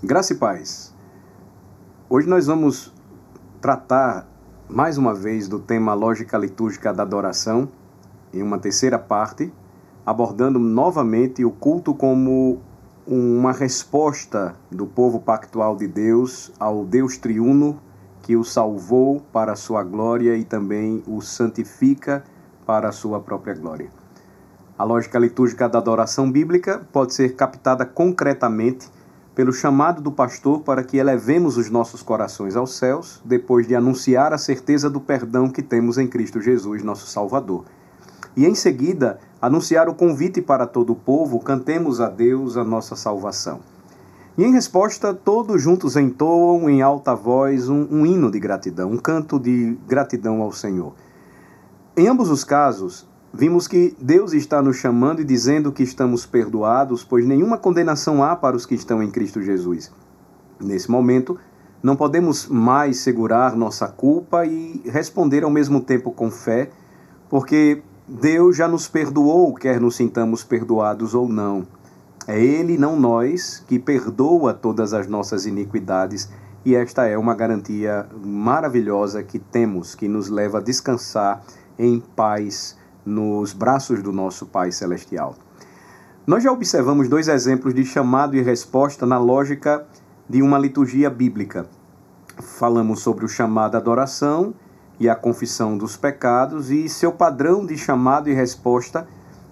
Graça e paz. Hoje nós vamos tratar mais uma vez do tema lógica litúrgica da adoração, em uma terceira parte, abordando novamente o culto como uma resposta do povo pactual de Deus ao Deus triuno que o salvou para a sua glória e também o santifica para a sua própria glória. A lógica litúrgica da adoração bíblica pode ser captada concretamente pelo chamado do pastor para que elevemos os nossos corações aos céus, depois de anunciar a certeza do perdão que temos em Cristo Jesus, nosso Salvador. E em seguida, anunciar o convite para todo o povo, cantemos a Deus a nossa salvação. E em resposta, todos juntos entoam em alta voz um hino de gratidão, um canto de gratidão ao Senhor. Em ambos os casos, vimos que Deus está nos chamando e dizendo que estamos perdoados, pois nenhuma condenação há para os que estão em Cristo Jesus. Nesse momento, não podemos mais segurar nossa culpa e responder ao mesmo tempo com fé, porque Deus já nos perdoou, quer nos sintamos perdoados ou não. É Ele, não nós, que perdoa todas as nossas iniquidades, e esta é uma garantia maravilhosa que temos, que nos leva a descansar em paz nos braços do nosso Pai Celestial. Nós já observamos dois exemplos de chamado e resposta na lógica de uma liturgia bíblica. Falamos sobre o chamado à adoração e a confissão dos pecados, e seu padrão de chamado e resposta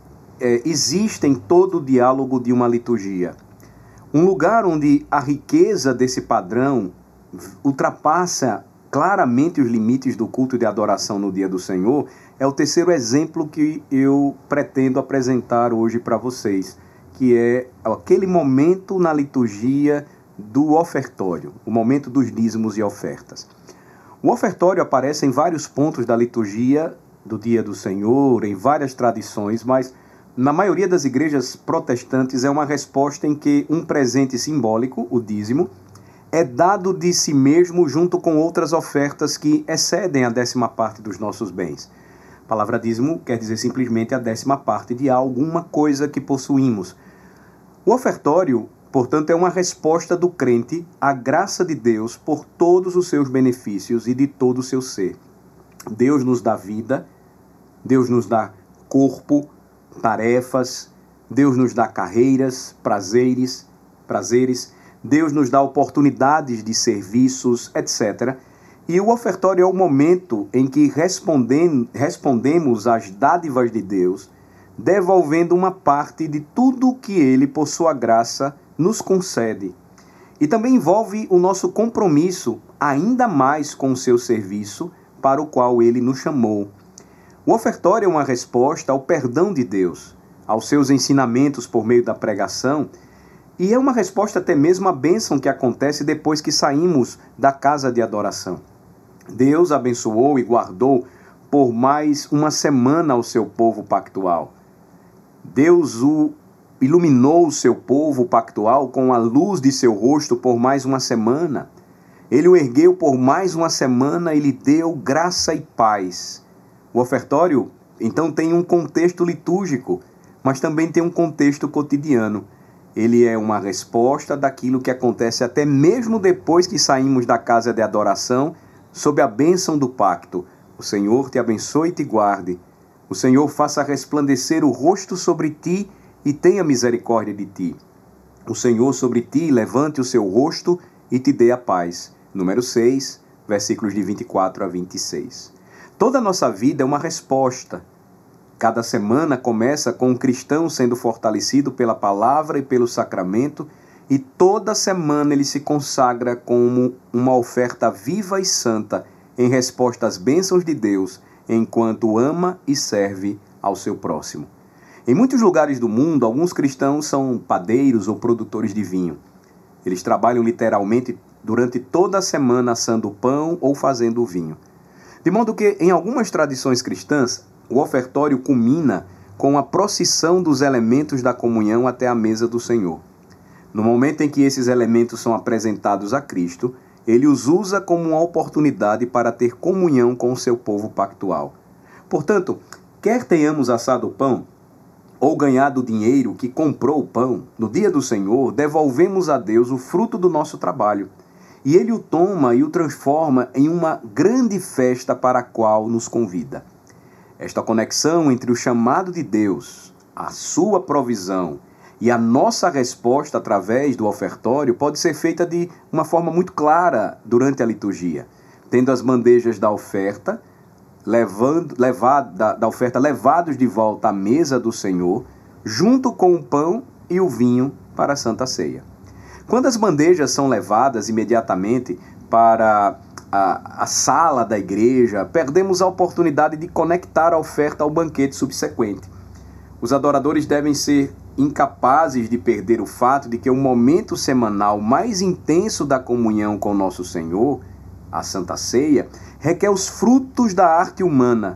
existe em todo o diálogo de uma liturgia. Um lugar onde a riqueza desse padrão ultrapassa claramente os limites do culto de adoração no dia do Senhor é o terceiro exemplo que eu pretendo apresentar hoje para vocês, que é aquele momento na liturgia do ofertório, o momento dos dízimos e ofertas. O ofertório aparece em vários pontos da liturgia do dia do Senhor, em várias tradições, mas na maioria das igrejas protestantes é uma resposta em que um presente simbólico, o dízimo, é dado de si mesmo junto com outras ofertas que excedem a 10ª parte dos nossos bens. A palavra dízimo quer dizer simplesmente a 10ª parte de alguma coisa que possuímos. O ofertório, portanto, é uma resposta do crente à graça de Deus por todos os seus benefícios e de todo o seu ser. Deus nos dá vida, Deus nos dá corpo, tarefas, Deus nos dá carreiras, prazeres, Deus nos dá oportunidades de serviços, etc. E o ofertório é o momento em que respondemos às dádivas de Deus, devolvendo uma parte de tudo que Ele, por sua graça, nos concede. E também envolve o nosso compromisso ainda mais com o seu serviço para o qual Ele nos chamou. O ofertório é uma resposta ao perdão de Deus, aos seus ensinamentos por meio da pregação, e é uma resposta até mesmo à bênção que acontece depois que saímos da casa de adoração. Deus abençoou e guardou por mais uma semana o seu povo pactual. Deus iluminou o seu povo pactual com a luz de seu rosto por mais uma semana. Ele o ergueu por mais uma semana e lhe deu graça e paz. O ofertório, então, tem um contexto litúrgico, mas também tem um contexto cotidiano. Ele é uma resposta daquilo que acontece até mesmo depois que saímos da casa de adoração, sob a bênção do pacto. O Senhor te abençoe e te guarde. O Senhor faça resplandecer o rosto sobre ti e tenha misericórdia de ti. O Senhor sobre ti levante o seu rosto e te dê a paz. Número 6, versículos de 24 a 26. Toda a nossa vida é uma resposta. Cada semana começa com um cristão sendo fortalecido pela palavra e pelo sacramento, e toda semana ele se consagra como uma oferta viva e santa em resposta às bênçãos de Deus, enquanto ama e serve ao seu próximo. Em muitos lugares do mundo, alguns cristãos são padeiros ou produtores de vinho. Eles trabalham literalmente durante toda a semana assando o pão ou fazendo o vinho. De modo que, em algumas tradições cristãs, o ofertório culmina com a procissão dos elementos da comunhão até a mesa do Senhor. No momento em que esses elementos são apresentados a Cristo, Ele os usa como uma oportunidade para ter comunhão com o seu povo pactual. Portanto, quer tenhamos assado o pão, ou ganhado dinheiro que comprou o pão, no dia do Senhor, devolvemos a Deus o fruto do nosso trabalho. E Ele o toma e o transforma em uma grande festa para a qual nos convida. Esta conexão entre o chamado de Deus, a sua provisão e a nossa resposta através do ofertório pode ser feita de uma forma muito clara durante a liturgia, tendo as bandejas da oferta levados de volta à mesa do Senhor, junto com o pão e o vinho para a Santa Ceia. Quando as bandejas são levadas imediatamente para a sala da igreja, perdemos a oportunidade de conectar a oferta ao banquete subsequente. Os adoradores devem ser incapazes de perder o fato de que o momento semanal mais intenso da comunhão com nosso Senhor, a Santa Ceia, requer os frutos da arte humana,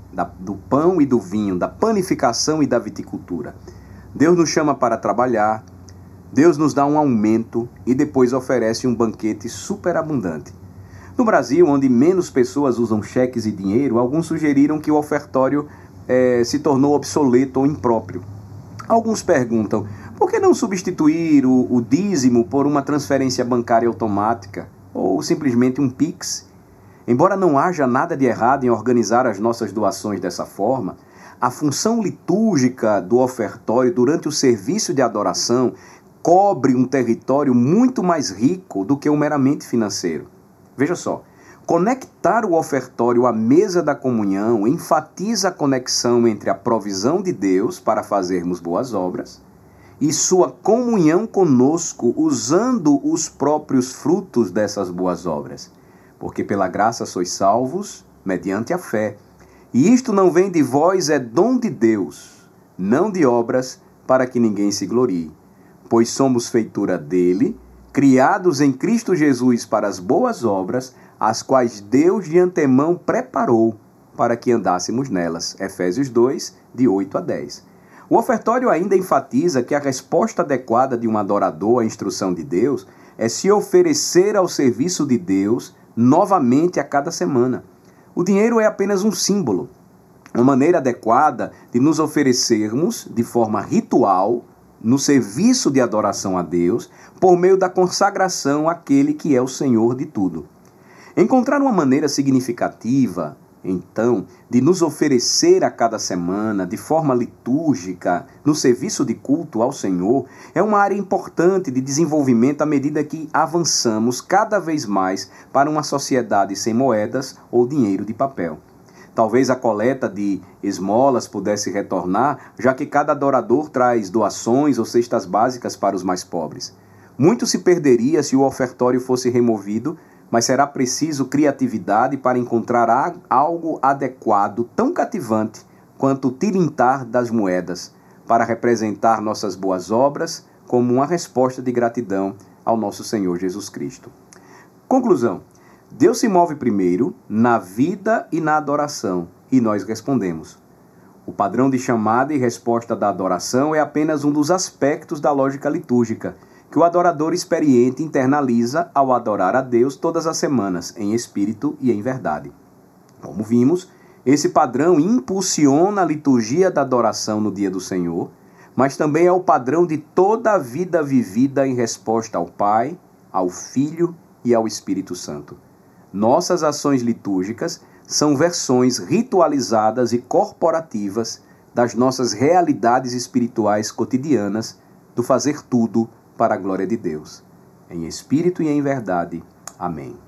do pão e do vinho, da panificação e da viticultura. Deus nos chama para trabalhar, Deus nos dá um aumento e depois oferece um banquete superabundante. No Brasil, onde menos pessoas usam cheques e dinheiro, alguns sugeriram que o ofertório se tornou obsoleto ou impróprio. Alguns perguntam, por que não substituir o dízimo por uma transferência bancária automática ou simplesmente um Pix? Embora não haja nada de errado em organizar as nossas doações dessa forma, a função litúrgica do ofertório durante o serviço de adoração cobre um território muito mais rico do que o meramente financeiro. Veja só, conectar o ofertório à mesa da comunhão enfatiza a conexão entre a provisão de Deus para fazermos boas obras e sua comunhão conosco usando os próprios frutos dessas boas obras. Porque pela graça sois salvos, mediante a fé. E isto não vem de vós, é dom de Deus, não de obras, para que ninguém se glorie. Pois somos feitura dele, criados em Cristo Jesus para as boas obras, as quais Deus de antemão preparou para que andássemos nelas. Efésios 2, de 8 a 10. O ofertório ainda enfatiza que a resposta adequada de um adorador à instrução de Deus é se oferecer ao serviço de Deus novamente a cada semana. O dinheiro é apenas um símbolo, uma maneira adequada de nos oferecermos de forma ritual no serviço de adoração a Deus por meio da consagração àquele que é o Senhor de tudo. Encontrar uma maneira significativa, então, de nos oferecer a cada semana, de forma litúrgica, no serviço de culto ao Senhor, é uma área importante de desenvolvimento à medida que avançamos cada vez mais para uma sociedade sem moedas ou dinheiro de papel. Talvez a coleta de esmolas pudesse retornar, já que cada adorador traz doações ou cestas básicas para os mais pobres. Muito se perderia se o ofertório fosse removido, mas será preciso criatividade para encontrar algo adequado, tão cativante quanto o tilintar das moedas, para representar nossas boas obras como uma resposta de gratidão ao nosso Senhor Jesus Cristo. Conclusão: Deus se move primeiro na vida e na adoração, e nós respondemos. O padrão de chamada e resposta da adoração é apenas um dos aspectos da lógica litúrgica, que o adorador experiente internaliza ao adorar a Deus todas as semanas, em espírito e em verdade. Como vimos, esse padrão impulsiona a liturgia da adoração no dia do Senhor, mas também é o padrão de toda a vida vivida em resposta ao Pai, ao Filho e ao Espírito Santo. Nossas ações litúrgicas são versões ritualizadas e corporativas das nossas realidades espirituais cotidianas, do fazer tudo para a glória de Deus. Em espírito e em verdade. Amém.